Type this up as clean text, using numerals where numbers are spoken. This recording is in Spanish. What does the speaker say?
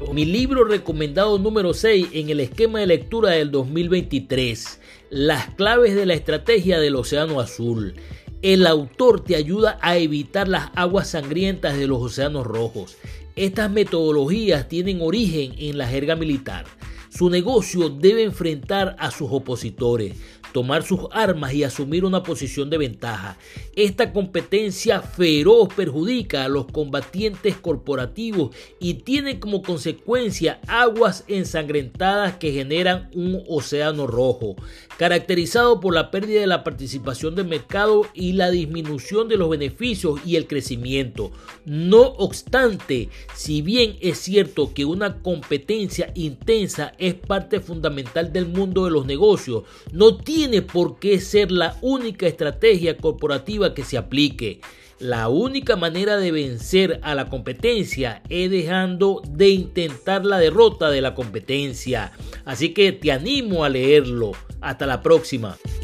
mi libro recomendado número 6 en el esquema de lectura del 2023, Las claves de la estrategia del Océano Azul. El autor te ayuda a evitar las aguas sangrientas de los océanos rojos. Estas metodologías tienen origen en la jerga militar. Su negocio debe enfrentar a sus opositores, tomar sus armas y asumir una posición de ventaja. Esta competencia feroz perjudica a los combatientes corporativos y tiene como consecuencia aguas ensangrentadas que generan un océano rojo, caracterizado por la pérdida de la participación del mercado y la disminución de los beneficios y el crecimiento. No obstante, si bien es cierto que una competencia intensa es parte fundamental del mundo de los negocios, no tiene por qué ser la única estrategia corporativa que se aplique. La única manera de vencer a la competencia es dejando de intentar la derrota de la competencia. Así que te animo a leerlo. Hasta la próxima.